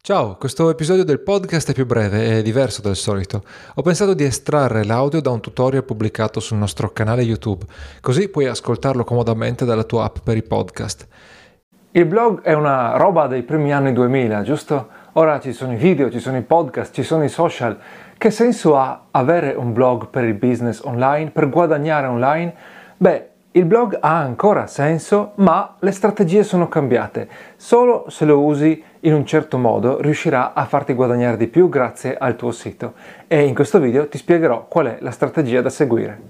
Ciao, questo episodio del podcast è più breve e diverso del solito. Ho pensato di estrarre l'audio da un tutorial pubblicato sul nostro canale YouTube, così puoi ascoltarlo comodamente dalla tua app per i podcast. Il blog è una roba dei primi anni 2000, giusto? Ora ci sono i video, ci sono i podcast, ci sono i social. Che senso ha avere un blog per il business online, per guadagnare online? Beh, il blog ha ancora senso, ma le strategie sono cambiate. Solo se lo usi in un certo modo riuscirà a farti guadagnare di più grazie al tuo sito. E in questo video ti spiegherò qual è la strategia da seguire.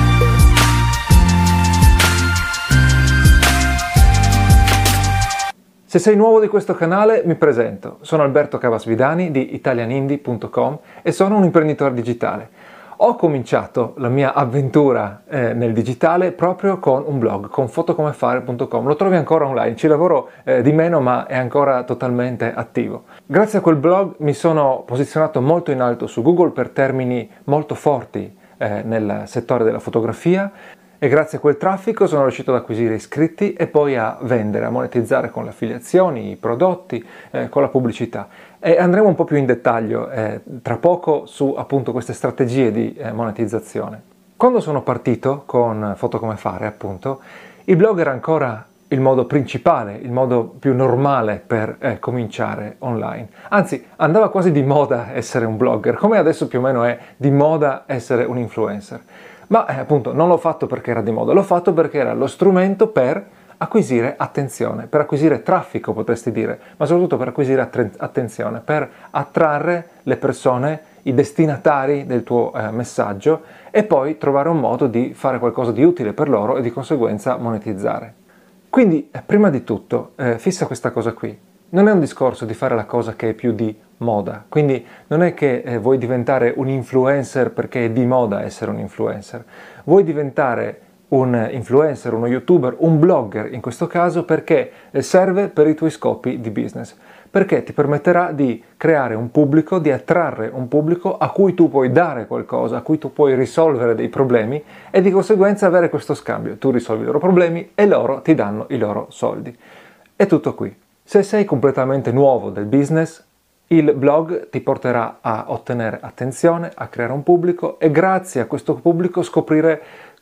Se sei nuovo di questo canale, mi presento. Sono Alberto Cavasvidani di italianindie.com e sono un imprenditore digitale. Ho cominciato la mia avventura nel digitale proprio con un blog, con fotocomefare.com. Lo trovi ancora online, ci lavoro di meno ma è ancora totalmente attivo. Grazie a quel blog mi sono posizionato molto in alto su Google per termini molto forti nel settore della fotografia. E grazie a quel traffico sono riuscito ad acquisire iscritti e poi a vendere, a monetizzare con le affiliazioni, i prodotti, con la pubblicità. E andremo un po' più in dettaglio tra poco su appunto queste strategie di monetizzazione. Quando sono partito con Foto Come Fare, appunto, il blog era ancora il modo principale, il modo più normale per cominciare online. Anzi, andava quasi di moda essere un blogger, come adesso più o meno è di moda essere un influencer. Ma appunto non l'ho fatto perché era di moda, l'ho fatto perché era lo strumento per acquisire attenzione, per acquisire traffico potresti dire, ma soprattutto per acquisire attenzione, per attrarre le persone, i destinatari del tuo messaggio e poi trovare un modo di fare qualcosa di utile per loro e di conseguenza monetizzare. Quindi prima di tutto fissa questa cosa qui. Non è un discorso di fare la cosa che è più di moda, quindi non è che vuoi diventare un influencer perché è di moda essere un influencer, vuoi diventare un influencer, uno youtuber, un blogger in questo caso perché serve per i tuoi scopi di business, perché ti permetterà di creare un pubblico, di attrarre un pubblico a cui tu puoi dare qualcosa, a cui tu puoi risolvere dei problemi e di conseguenza avere questo scambio, tu risolvi i loro problemi e loro ti danno i loro soldi. È tutto qui. Se sei completamente nuovo del business, il blog ti porterà a ottenere attenzione, a creare un pubblico e grazie a questo pubblico scoprire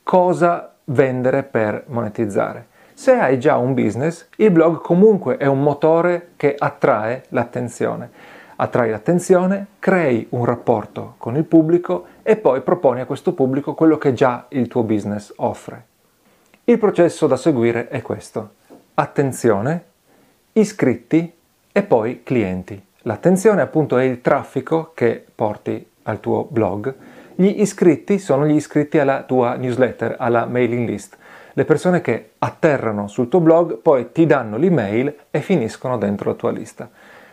cosa vendere per monetizzare. Se hai già un business, il blog comunque è un motore che attrae l'attenzione. Attrai l'attenzione, crei un rapporto con il pubblico e poi proponi a questo pubblico quello che già il tuo business offre. Il processo da seguire è questo: attenzione, iscritti e poi clienti. L'attenzione appunto è il traffico che porti al tuo blog. Gli iscritti sono gli iscritti alla tua newsletter, alla mailing list. Le persone che atterrano sul tuo blog poi ti danno l'email e finiscono dentro la tua lista.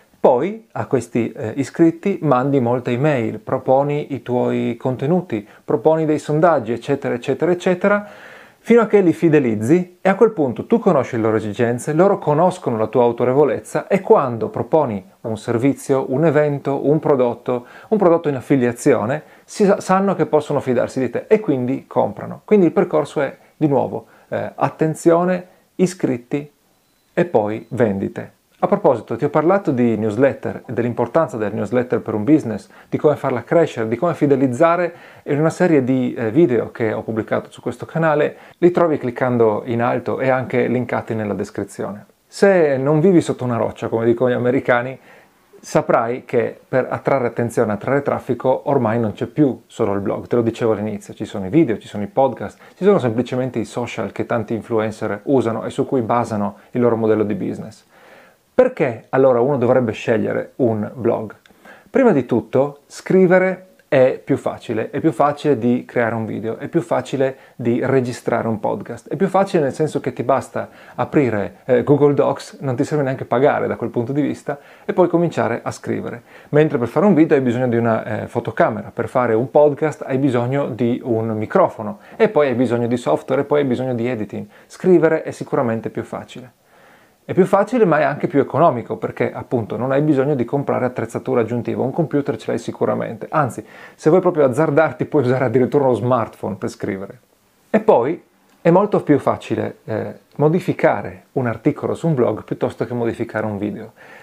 Poi a questi iscritti mandi molte email, proponi i tuoi contenuti, proponi dei sondaggi, eccetera, eccetera, eccetera, fino a che li fidelizzi e a quel punto tu conosci le loro esigenze, loro conoscono la tua autorevolezza e quando proponi un servizio, un evento, un prodotto in affiliazione, sanno che possono fidarsi di te e quindi comprano. Quindi il percorso è di nuovo attenzione, iscritti e poi vendite. A proposito, ti ho parlato di newsletter e dell'importanza del newsletter per un business, di come farla crescere, di come fidelizzare in una serie di video che ho pubblicato su questo canale. Li trovi cliccando in alto e anche linkati nella descrizione. Se non vivi sotto una roccia, come dicono gli americani, saprai che per attrarre attenzione, attrarre traffico, ormai non c'è più solo il blog. Te lo dicevo all'inizio, ci sono i video, ci sono i podcast, ci sono semplicemente i social che tanti influencer usano e su cui basano il loro modello di business. Perché allora uno dovrebbe scegliere un blog? Prima di tutto, scrivere è più facile di creare un video, è più facile di registrare un podcast, è più facile nel senso che ti basta aprire Google Docs, non ti serve neanche pagare da quel punto di vista e poi cominciare a scrivere. Mentre per fare un video hai bisogno di una fotocamera, per fare un podcast hai bisogno di un microfono e poi hai bisogno di software e poi hai bisogno di editing. Scrivere è sicuramente più facile. È più facile ma è anche più economico perché appunto non hai bisogno di comprare attrezzatura aggiuntiva, un computer ce l'hai sicuramente, anzi se vuoi proprio azzardarti puoi usare addirittura uno smartphone per scrivere. E poi è molto più facile modificare un articolo su un blog piuttosto che modificare un video.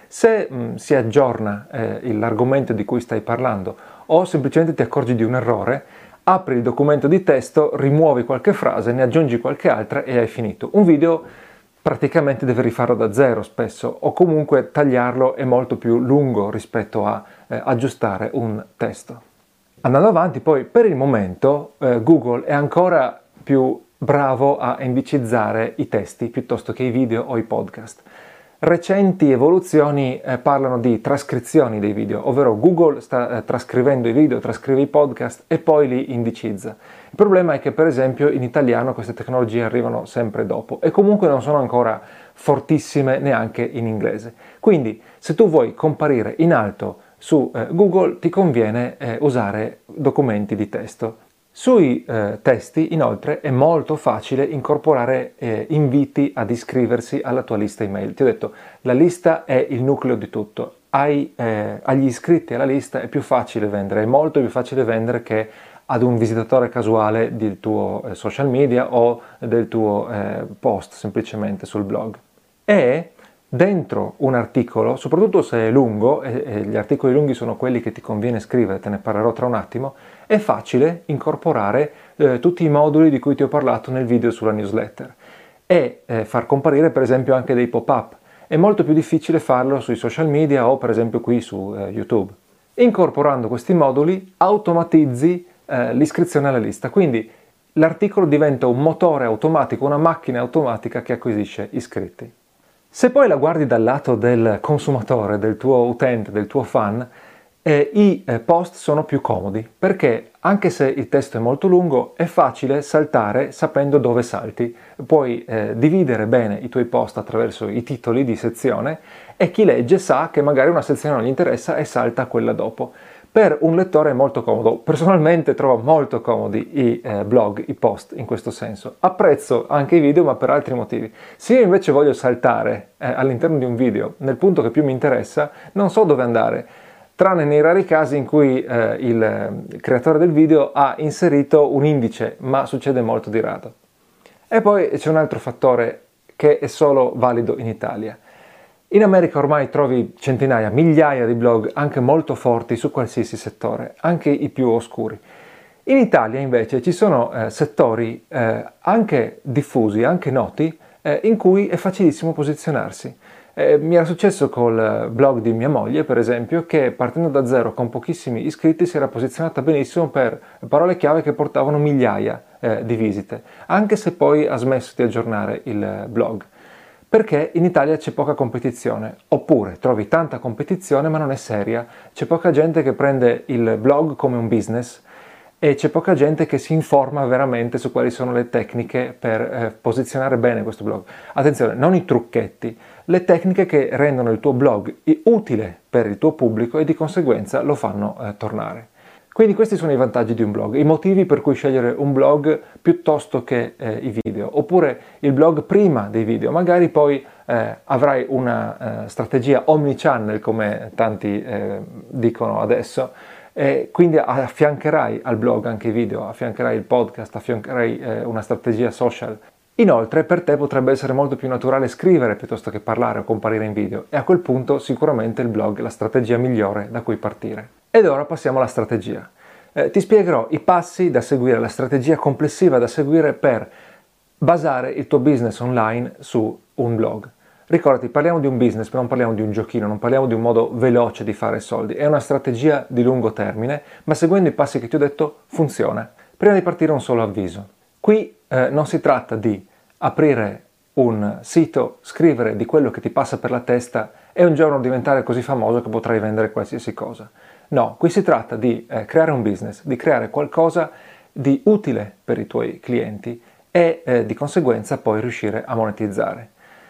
Se si aggiorna l'argomento di cui stai parlando o semplicemente ti accorgi di un errore, apri il documento di testo, rimuovi qualche frase, ne aggiungi qualche altra e hai finito. Un video praticamente devi rifarlo da zero spesso, o comunque tagliarlo è molto più lungo rispetto a aggiustare un testo. Andando avanti, poi per il momento Google è ancora più bravo a indicizzare i testi piuttosto che i video o i podcast. Recenti evoluzioni parlano di trascrizioni dei video, ovvero Google sta trascrivendo i video, trascrive i podcast e poi li indicizza. Il problema è che per esempio in italiano queste tecnologie arrivano sempre dopo e comunque non sono ancora fortissime neanche in inglese. Quindi se tu vuoi comparire in alto su Google ti conviene usare documenti di testo. Sui testi, inoltre, è molto facile incorporare inviti ad iscriversi alla tua lista email. Ti ho detto, la lista è il nucleo di tutto. Agli iscritti alla lista è più facile vendere, è molto più facile vendere che ad un visitatore casuale del tuo social media o del tuo post semplicemente sul blog. E dentro un articolo, soprattutto se è lungo, e gli articoli lunghi sono quelli che ti conviene scrivere, te ne parlerò tra un attimo, è facile incorporare tutti i moduli di cui ti ho parlato nel video sulla newsletter e far comparire per esempio anche dei pop-up. È molto più difficile farlo sui social media o per esempio qui su YouTube. Incorporando questi moduli automatizzi l'iscrizione alla lista, quindi l'articolo diventa un motore automatico, una macchina automatica che acquisisce iscritti. Se poi la guardi dal lato del consumatore, del tuo utente, del tuo fan, i post sono più comodi perché anche se il testo è molto lungo è facile saltare sapendo dove salti. Puoi dividere bene i tuoi post attraverso i titoli di sezione e chi legge sa che magari una sezione non gli interessa e salta a quella dopo. Per un lettore è molto comodo. Personalmente trovo molto comodi i blog, i post in questo senso. Apprezzo anche i video ma per altri motivi. Se io invece voglio saltare all'interno di un video nel punto che più mi interessa, non so dove andare. Tranne nei rari casi in cui il creatore del video ha inserito un indice, ma succede molto di rado. E poi c'è un altro fattore che è solo valido in Italia. In America ormai trovi centinaia, migliaia di blog anche molto forti su qualsiasi settore, anche i più oscuri. In Italia invece ci sono settori anche diffusi, anche noti, in cui è facilissimo posizionarsi. Mi era successo col blog di mia moglie, per esempio, che partendo da zero con pochissimi iscritti si era posizionata benissimo per parole chiave che portavano migliaia di visite, anche se poi ha smesso di aggiornare il blog. Perché in Italia c'è poca competizione, oppure trovi tanta competizione ma non è seria, c'è poca gente che prende il blog come un business e c'è poca gente che si informa veramente su quali sono le tecniche per posizionare bene questo blog. Attenzione, non i trucchetti, le tecniche che rendono il tuo blog utile per il tuo pubblico e di conseguenza lo fanno tornare. Quindi questi sono i vantaggi di un blog, i motivi per cui scegliere un blog piuttosto che i video, oppure il blog prima dei video, magari poi avrai una strategia omnichannel come tanti dicono adesso, e quindi affiancherai al blog anche i video, affiancherai il podcast, affiancherai una strategia social. Inoltre per te potrebbe essere molto più naturale scrivere piuttosto che parlare o comparire in video e a quel punto sicuramente il blog è la strategia migliore da cui partire. Ed ora passiamo alla strategia. Ti spiegherò i passi da seguire, la strategia complessiva da seguire per basare il tuo business online su un blog. Ricordati, parliamo di un business, non parliamo di un giochino, non parliamo di un modo veloce di fare soldi. È una strategia di lungo termine, ma seguendo i passi che ti ho detto funziona. Prima di partire un solo avviso. Qui non si tratta di aprire un sito, scrivere di quello che ti passa per la testa e un giorno diventare così famoso che potrai vendere qualsiasi cosa. No, qui si tratta di creare un business, di creare qualcosa di utile per i tuoi clienti e di conseguenza poi riuscire a monetizzare.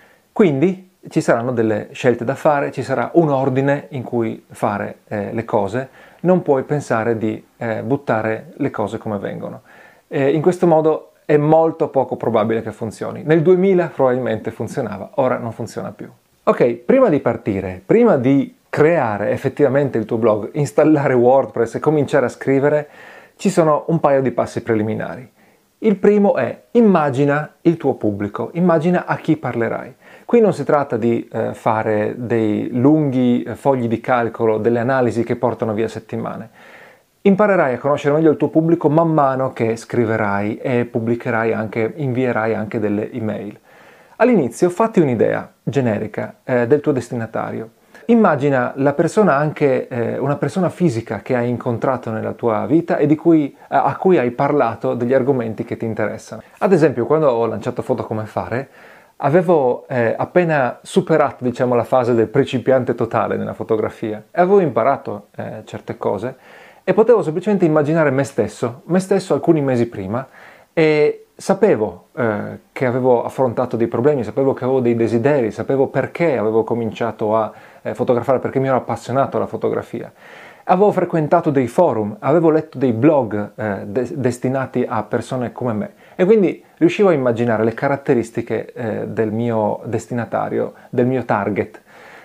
Quindi ci saranno delle scelte da fare, ci sarà un ordine in cui fare le cose, non puoi pensare di buttare le cose come vengono. In questo modo è molto poco probabile che funzioni. Nel 2000 probabilmente funzionava, ora non funziona più. Ok, prima di partire, prima di creare effettivamente il tuo blog, installare WordPress e cominciare a scrivere, ci sono un paio di passi preliminari. Il primo è immagina il tuo pubblico, immagina a chi parlerai. Qui non si tratta di fare dei lunghi fogli di calcolo, delle analisi che portano via settimane. Imparerai a conoscere meglio il tuo pubblico man mano che scriverai e pubblicherai anche, invierai anche delle email. All'inizio fatti un'idea generica del tuo destinatario. Immagina la persona anche una persona fisica che hai incontrato nella tua vita e a cui hai parlato degli argomenti che ti interessano. Ad esempio, quando ho lanciato Foto Come Fare, avevo appena superato, diciamo, la fase del principiante totale nella fotografia e avevo imparato certe cose e potevo semplicemente immaginare me stesso alcuni mesi prima e sapevo che avevo affrontato dei problemi, sapevo che avevo dei desideri, sapevo perché avevo cominciato a fotografare, perché mi ero appassionato alla fotografia. Avevo frequentato dei forum, avevo letto dei blog destinati a persone come me e quindi riuscivo a immaginare le caratteristiche del mio destinatario, del mio target.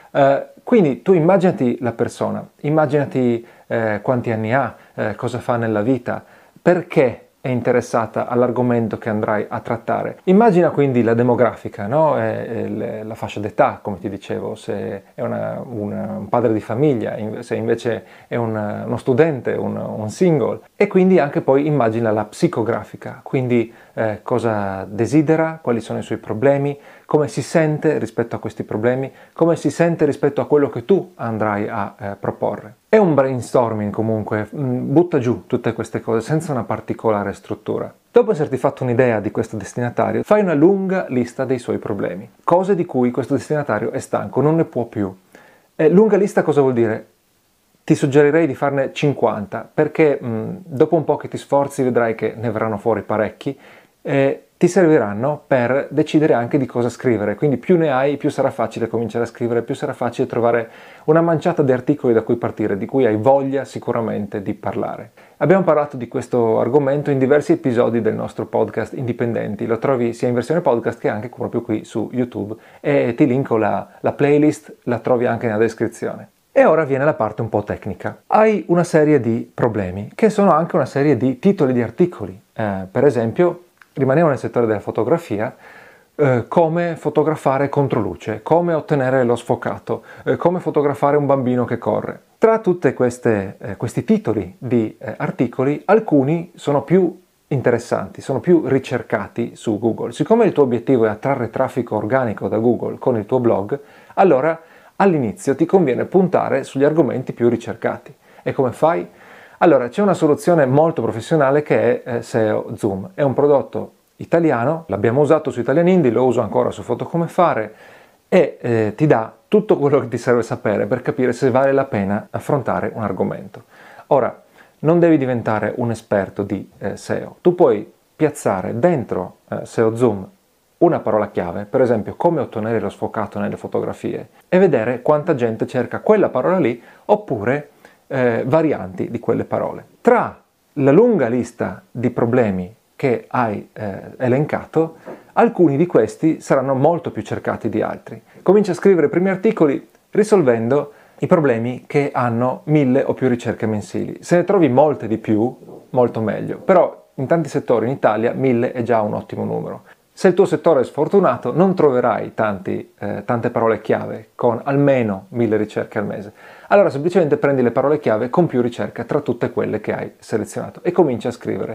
Quindi tu immaginati la persona, immaginati quanti anni ha, cosa fa nella vita, perché è interessata all'argomento che andrai a trattare. Immagina quindi la demografica, no? La fascia d'età, come ti dicevo, se è un padre di famiglia, se invece è uno studente, un single. E quindi anche poi immagina la psicografica, quindi cosa desidera, quali sono i suoi problemi, come si sente rispetto a questi problemi, come si sente rispetto a quello che tu andrai a proporre. È un brainstorming comunque, butta giù tutte queste cose senza una particolare struttura. Dopo esserti fatto un'idea di questo destinatario, fai una lunga lista dei suoi problemi, cose di cui questo destinatario è stanco, non ne può più. Lunga lista cosa vuol dire? Ti suggerirei di farne 50, perché dopo un po' che ti sforzi vedrai che ne verranno fuori parecchi e ti serviranno per decidere anche di cosa scrivere, quindi più ne hai, più sarà facile cominciare a scrivere, più sarà facile trovare una manciata di articoli da cui partire, di cui hai voglia sicuramente di parlare. Abbiamo parlato di questo argomento in diversi episodi del nostro podcast indipendenti, lo trovi sia in versione podcast che anche proprio qui su YouTube e ti linko la playlist, la trovi anche nella descrizione. E ora viene la parte un po' tecnica. Hai una serie di problemi, che sono anche una serie di titoli di articoli. Per esempio, rimaniamo nel settore della fotografia, come fotografare controluce, come ottenere lo sfocato, come fotografare un bambino che corre. Tra tutti questi titoli di articoli, alcuni sono più interessanti, sono più ricercati su Google. Siccome il tuo obiettivo è attrarre traffico organico da Google con il tuo blog, allora all'inizio ti conviene puntare sugli argomenti più ricercati. E come fai? Allora, c'è una soluzione molto professionale che è SEO Zoom. È un prodotto italiano, l'abbiamo usato su Italian Indie, lo uso ancora su Foto Come Fare e ti dà tutto quello che ti serve sapere per capire se vale la pena affrontare un argomento. Ora, non devi diventare un esperto di SEO. Tu puoi piazzare dentro SEO Zoom una parola chiave, per esempio come ottenere lo sfocato nelle fotografie, e vedere quanta gente cerca quella parola lì oppure varianti di quelle parole. Tra la lunga lista di problemi che hai elencato, alcuni di questi saranno molto più cercati di altri. Comincia a scrivere i primi articoli risolvendo i problemi che hanno 1000 o più ricerche mensili. Se ne trovi molte di più, molto meglio, però in tanti settori in Italia 1000 è già un ottimo numero. Se il tuo settore è sfortunato, non troverai tante parole chiave con almeno 1000 ricerche al mese. Allora semplicemente prendi le parole chiave con più ricerca tra tutte quelle che hai selezionato e cominci a scrivere.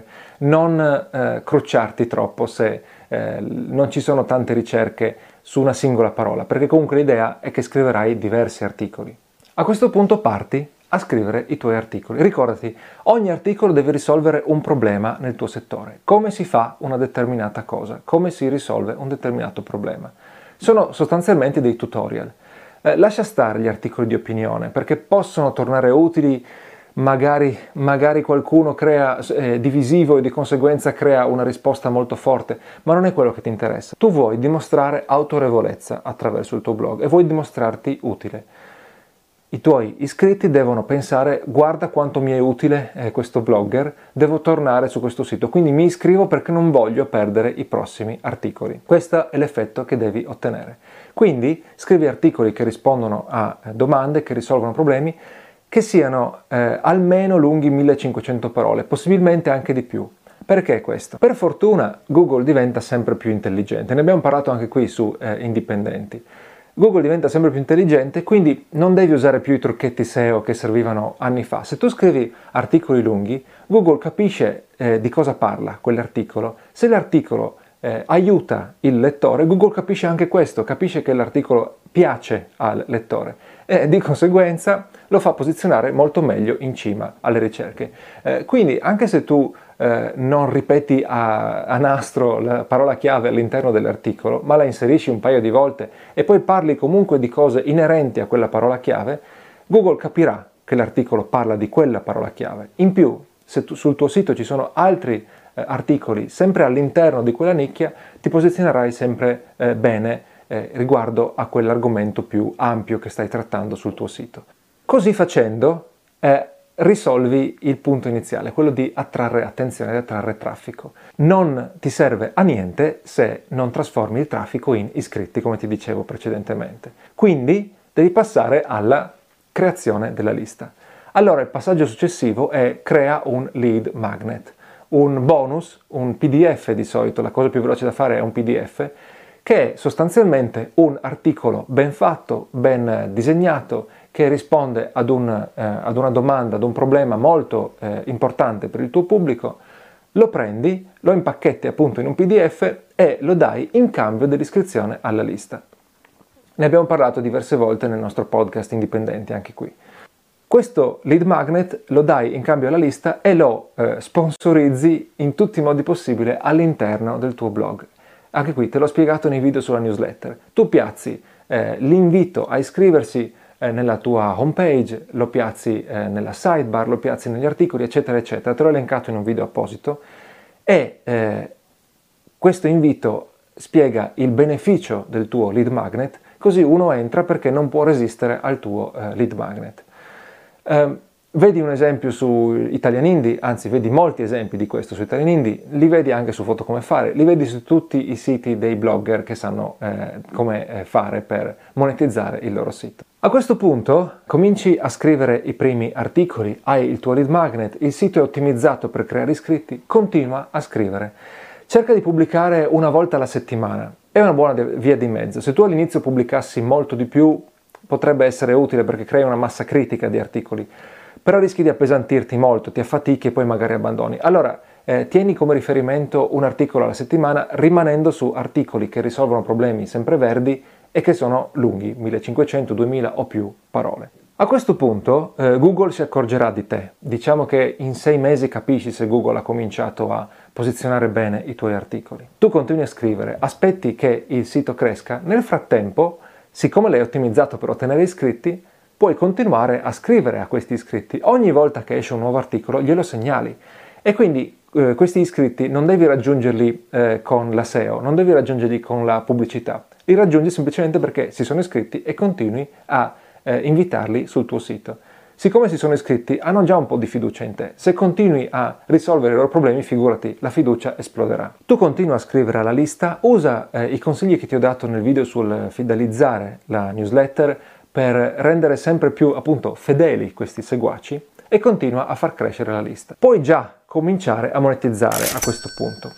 Non crucciarti troppo se non ci sono tante ricerche su una singola parola, perché comunque l'idea è che scriverai diversi articoli. A questo punto parti a scrivere i tuoi articoli. Ricordati, ogni articolo deve risolvere un problema nel tuo settore. Come si fa una determinata cosa? Come si risolve un determinato problema? Sono sostanzialmente dei tutorial. Lascia stare gli articoli di opinione, perché possono tornare utili, magari qualcuno è divisivo e di conseguenza crea una risposta molto forte, ma non è quello che ti interessa. Tu vuoi dimostrare autorevolezza attraverso il tuo blog e vuoi dimostrarti utile. I tuoi iscritti devono pensare: guarda quanto mi è utile questo blogger, devo tornare su questo sito, quindi mi iscrivo perché non voglio perdere i prossimi articoli. Questo è l'effetto che devi ottenere. Quindi scrivi articoli che rispondono a domande, che risolvono problemi, che siano almeno lunghi 1500 parole, possibilmente anche di più. Perché questo? Per fortuna Google diventa sempre più intelligente, ne abbiamo parlato anche qui su Indipendenti. Google diventa sempre più intelligente, quindi non devi usare più i trucchetti SEO che servivano anni fa. Se tu scrivi articoli lunghi, Google capisce di cosa parla quell'articolo. Se l'articolo aiuta il lettore, Google capisce anche questo, capisce che l'articolo piace al lettore e di conseguenza lo fa posizionare molto meglio in cima alle ricerche. Quindi anche se tu non ripeti a nastro la parola chiave all'interno dell'articolo, ma la inserisci un paio di volte e poi parli comunque di cose inerenti a quella parola chiave, Google capirà che l'articolo parla di quella parola chiave. In più, se sul tuo sito ci sono altri articoli sempre all'interno di quella nicchia, ti posizionerai sempre bene riguardo a quell'argomento più ampio che stai trattando sul tuo sito. Così facendo risolvi il punto iniziale, quello di attrarre attenzione ed attrarre traffico. Non ti serve a niente se non trasformi il traffico in iscritti, come ti dicevo precedentemente. Quindi devi passare alla creazione della lista. Allora il passaggio successivo è crea un lead magnet, un bonus, un PDF di solito, la cosa più veloce da fare è un PDF, che è sostanzialmente un articolo ben fatto, ben disegnato, che risponde ad una domanda, ad un problema molto importante per il tuo pubblico. Lo prendi, lo impacchetti appunto in un PDF e lo dai in cambio dell'iscrizione alla lista. Ne abbiamo parlato diverse volte nel nostro podcast Indipendenti, anche qui. Questo lead magnet lo dai in cambio alla lista e lo sponsorizzi in tutti i modi possibili all'interno del tuo blog. Anche qui te l'ho spiegato nei video sulla newsletter. Tu piazzi l'invito a iscriversi nella tua homepage, lo piazzi nella sidebar, lo piazzi negli articoli, eccetera, eccetera. Te l'ho elencato in un video apposito e questo invito spiega il beneficio del tuo lead magnet, così uno entra perché non può resistere al tuo lead magnet. Vedi un esempio su Italian Indie, anzi vedi molti esempi di questo su Italian Indie, li vedi anche su Foto Come Fare, li vedi su tutti i siti dei blogger che sanno come fare per monetizzare il loro sito. A questo punto cominci a scrivere i primi articoli, hai il tuo lead magnet, il sito è ottimizzato per creare iscritti, continua a scrivere. Cerca di pubblicare una volta alla settimana, è una buona via di mezzo. Se tu all'inizio pubblicassi molto di più potrebbe essere utile perché crei una massa critica di articoli, però rischi di appesantirti molto, ti affatichi e poi magari abbandoni. Allora, tieni come riferimento un articolo alla settimana rimanendo su articoli che risolvono problemi sempreverdi e che sono lunghi, 1500, 2000 o più parole. A questo punto Google si accorgerà di te. Diciamo che in 6 mesi capisci se Google ha cominciato a posizionare bene i tuoi articoli. Tu continui a scrivere, aspetti che il sito cresca, nel frattempo, siccome l'hai ottimizzato per ottenere iscritti, puoi continuare a scrivere a questi iscritti. Ogni volta che esce un nuovo articolo glielo segnali e quindi questi iscritti non devi raggiungerli con la SEO, non devi raggiungerli con la pubblicità, li raggiungi semplicemente perché si sono iscritti e continui a invitarli sul tuo sito. Siccome si sono iscritti hanno già un po' di fiducia in te, se continui a risolvere i loro problemi figurati, la fiducia esploderà. Tu continua a scrivere alla lista, usa i consigli che ti ho dato nel video sul fidelizzare la newsletter per rendere sempre più appunto fedeli questi seguaci e continua a far crescere la lista. Puoi già cominciare a monetizzare a questo punto,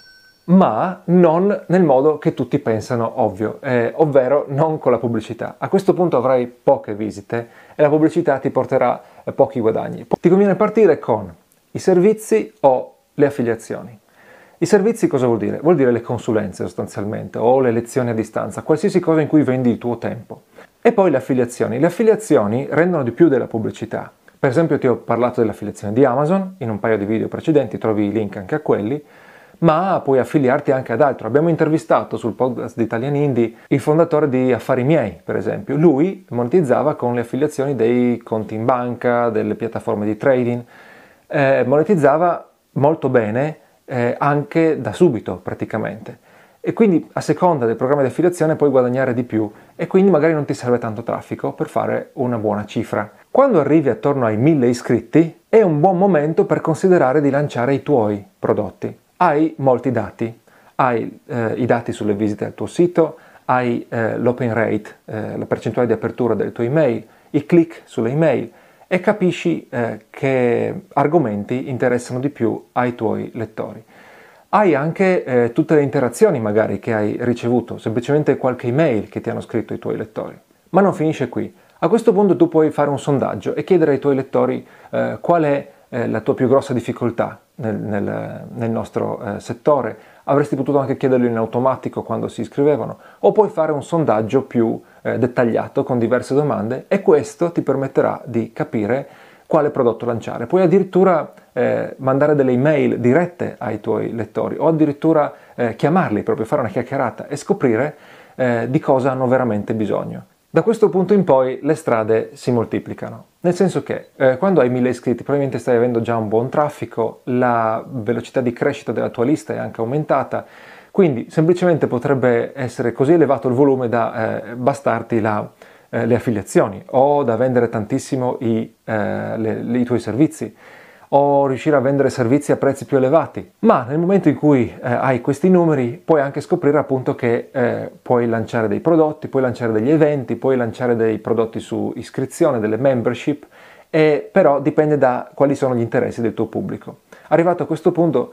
ma non nel modo che tutti pensano ovvio, ovvero non con la pubblicità. A questo punto avrai poche visite e la pubblicità ti porterà pochi guadagni. Ti conviene partire con i servizi o le affiliazioni. I servizi cosa vuol dire? Vuol dire le consulenze sostanzialmente o le lezioni a distanza, qualsiasi cosa in cui vendi il tuo tempo. E poi le affiliazioni. Le affiliazioni rendono di più della pubblicità. Per esempio ti ho parlato dell'affiliazione di Amazon, in un paio di video precedenti trovi i link anche a quelli, ma puoi affiliarti anche ad altro. Abbiamo intervistato sul podcast di Italian Indie il fondatore di Affari Miei, per esempio. Lui monetizzava con le affiliazioni dei conti in banca, delle piattaforme di trading, monetizzava molto bene anche da subito praticamente. E quindi a seconda del programma di affiliazione puoi guadagnare di più e quindi magari non ti serve tanto traffico per fare una buona cifra. Quando arrivi attorno ai 1000 iscritti è un buon momento per considerare di lanciare i tuoi prodotti. Hai molti dati, hai i dati sulle visite al tuo sito, hai l'open rate, la percentuale di apertura delle tue email, i click sulle email e capisci che argomenti interessano di più ai tuoi lettori. Hai anche tutte le interazioni magari che hai ricevuto, semplicemente qualche email che ti hanno scritto i tuoi lettori. Ma non finisce qui. A questo punto tu puoi fare un sondaggio e chiedere ai tuoi lettori qual è la tua più grossa difficoltà nel nostro settore. Avresti potuto anche chiederlo in automatico quando si iscrivevano, o puoi fare un sondaggio più dettagliato con diverse domande e questo ti permetterà di capire quale prodotto lanciare. Puoi addirittura mandare delle email dirette ai tuoi lettori o addirittura chiamarli, proprio fare una chiacchierata e scoprire di cosa hanno veramente bisogno. Da questo punto in poi le strade si moltiplicano, nel senso che quando hai 1000 iscritti probabilmente stai avendo già un buon traffico, la velocità di crescita della tua lista è anche aumentata, quindi semplicemente potrebbe essere così elevato il volume da bastarti le affiliazioni o da vendere tantissimo i tuoi servizi o riuscire a vendere servizi a prezzi più elevati. Ma nel momento in cui hai questi numeri puoi anche scoprire appunto che puoi lanciare dei prodotti, puoi lanciare degli eventi, puoi lanciare dei prodotti su iscrizione, delle membership, però dipende da quali sono gli interessi del tuo pubblico. Arrivato a questo punto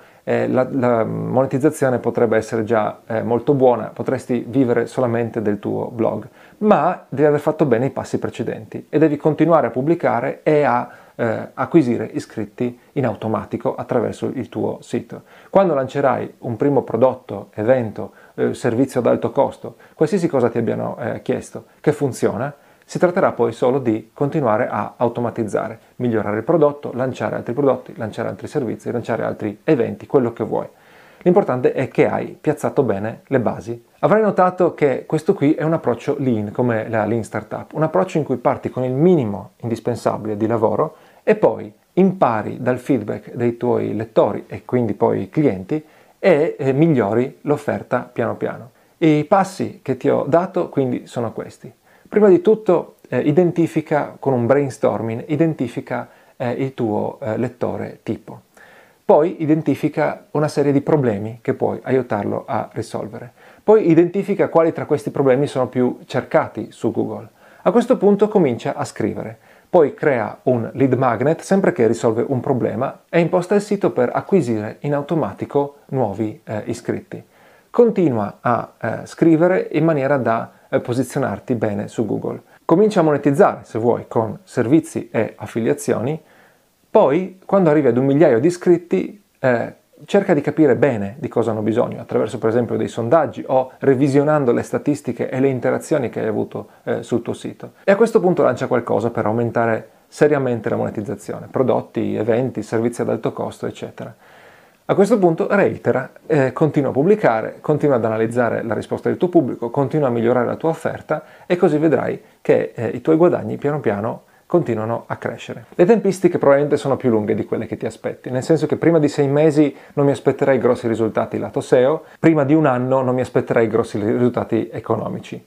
la monetizzazione potrebbe essere già molto buona, potresti vivere solamente del tuo blog, ma devi aver fatto bene i passi precedenti e devi continuare a pubblicare e a acquisire iscritti in automatico attraverso il tuo sito. Quando lancerai un primo prodotto, evento, servizio ad alto costo, qualsiasi cosa ti abbiano chiesto che funziona, si tratterà poi solo di continuare a automatizzare, migliorare il prodotto, lanciare altri prodotti, lanciare altri servizi, lanciare altri eventi, quello che vuoi. L'importante è che hai piazzato bene le basi. Avrai notato che questo qui è un approccio lean, come la Lean Startup, un approccio in cui parti con il minimo indispensabile di lavoro e poi impari dal feedback dei tuoi lettori e quindi poi clienti e migliori l'offerta piano piano. I passi che ti ho dato quindi sono questi. Prima di tutto identifica con un brainstorming, identifica il tuo lettore tipo. Poi identifica una serie di problemi che puoi aiutarlo a risolvere. Poi identifica quali tra questi problemi sono più cercati su Google. A questo punto comincia a scrivere. Poi crea un lead magnet sempre che risolve un problema e imposta il sito per acquisire in automatico nuovi iscritti. Continua a scrivere in maniera da posizionarti bene su Google. Comincia a monetizzare, se vuoi, con servizi e affiliazioni. Poi, quando arrivi ad 1 migliaio di iscritti, cerca di capire bene di cosa hanno bisogno, attraverso per esempio dei sondaggi o revisionando le statistiche e le interazioni che hai avuto sul tuo sito. E a questo punto lancia qualcosa per aumentare seriamente la monetizzazione, prodotti, eventi, servizi ad alto costo, eccetera. A questo punto reitera, continua a pubblicare, continua ad analizzare la risposta del tuo pubblico, continua a migliorare la tua offerta e così vedrai che i tuoi guadagni piano piano continuano a crescere. Le tempistiche probabilmente sono più lunghe di quelle che ti aspetti, nel senso che prima di 6 mesi non mi aspetterei grossi risultati lato SEO, prima di un anno non mi aspetterei grossi risultati economici.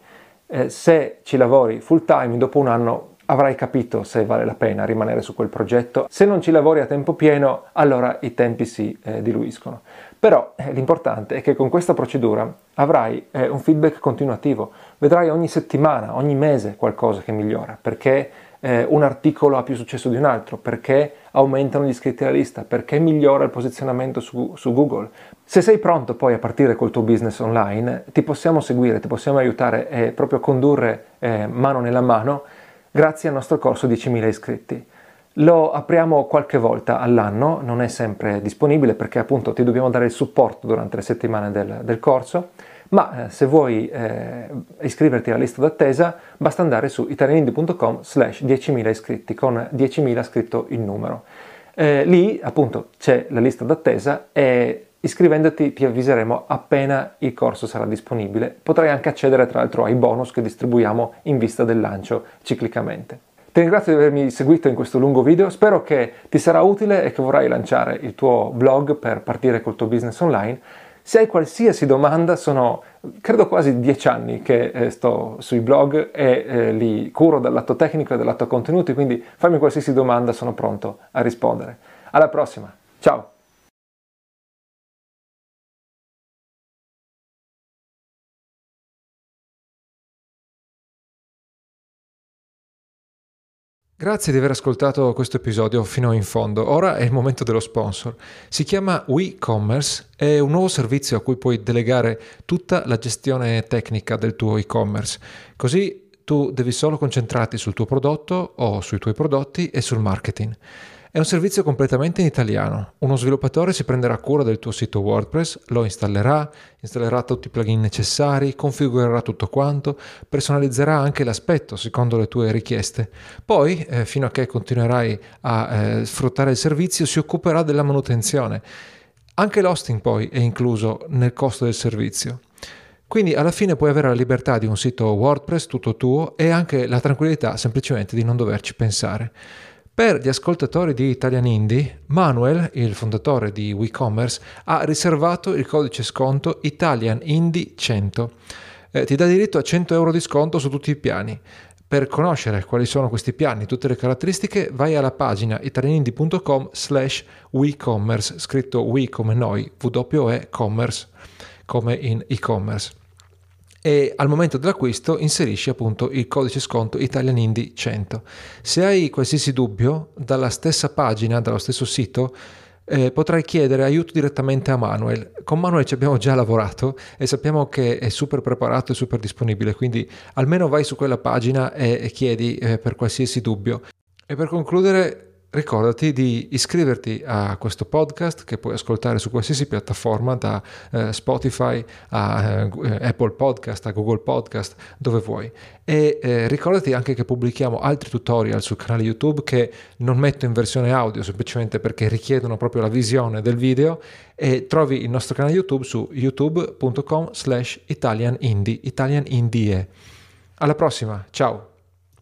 Se ci lavori full time, dopo un anno avrai capito se vale la pena rimanere su quel progetto. Se non ci lavori a tempo pieno, allora i tempi si diluiscono. Però l'importante è che con questa procedura avrai un feedback continuativo. Vedrai ogni settimana, ogni mese qualcosa che migliora, perché un articolo ha più successo di un altro, perché aumentano gli iscritti alla lista, perché migliora il posizionamento su Google. Se sei pronto poi a partire col tuo business online, ti possiamo seguire, ti possiamo aiutare e proprio condurre mano nella mano grazie al nostro corso 10.000 iscritti. Lo apriamo qualche volta all'anno, non è sempre disponibile perché appunto ti dobbiamo dare il supporto durante le settimane del corso, ma se vuoi iscriverti alla lista d'attesa basta andare su italianindie.com/10.000 iscritti con 10.000 scritto il numero. Lì appunto c'è la lista d'attesa e iscrivendoti ti avviseremo appena il corso sarà disponibile. Potrai anche accedere tra l'altro ai bonus che distribuiamo in vista del lancio ciclicamente. Ti ringrazio di avermi seguito in questo lungo video, spero che ti sarà utile e che vorrai lanciare il tuo blog per partire col tuo business online. Se hai qualsiasi domanda, sono credo quasi 10 anni che sto sui blog e li curo dal lato tecnico e dal lato contenuti, quindi fammi qualsiasi domanda, sono pronto a rispondere. Alla prossima, ciao! Grazie di aver ascoltato questo episodio fino in fondo. Ora è il momento dello sponsor. Si chiama WeCommerce, è un nuovo servizio a cui puoi delegare tutta la gestione tecnica del tuo e-commerce. Così tu devi solo concentrarti sul tuo prodotto o sui tuoi prodotti e sul marketing. È un servizio completamente in italiano. Uno sviluppatore si prenderà cura del tuo sito WordPress, lo installerà tutti i plugin necessari, configurerà tutto quanto, personalizzerà anche l'aspetto secondo le tue richieste. Poi, fino a che continuerai a sfruttare il servizio, si occuperà della manutenzione. Anche l'hosting poi è incluso nel costo del servizio. Quindi alla fine puoi avere la libertà di un sito WordPress tutto tuo e anche la tranquillità semplicemente di non doverci pensare. Per gli ascoltatori di Italian Indie, Manuel, il fondatore di WeCommerce, ha riservato il codice sconto Italian Indie 100. Ti dà diritto a 100 euro di sconto su tutti i piani. Per conoscere quali sono questi piani, tutte le caratteristiche, vai alla pagina italianindie.com/WeCommerce, scritto We come noi, WE Commerce, come in e-commerce. E al momento dell'acquisto inserisci appunto il codice sconto Italian Indie 100. Se hai qualsiasi dubbio, dalla stessa pagina, dallo stesso sito, potrai chiedere aiuto direttamente a Manuel. Con Manuel ci abbiamo già lavorato e sappiamo che è super preparato e super disponibile, quindi almeno vai su quella pagina e chiedi per qualsiasi dubbio. E per concludere, ricordati di iscriverti a questo podcast che puoi ascoltare su qualsiasi piattaforma, da Spotify a Apple Podcast, a Google Podcast, dove vuoi. E ricordati anche che pubblichiamo altri tutorial sul canale YouTube che non metto in versione audio semplicemente perché richiedono proprio la visione del video, e trovi il nostro canale YouTube su youtube.com/ItalianIndie. Alla prossima, ciao!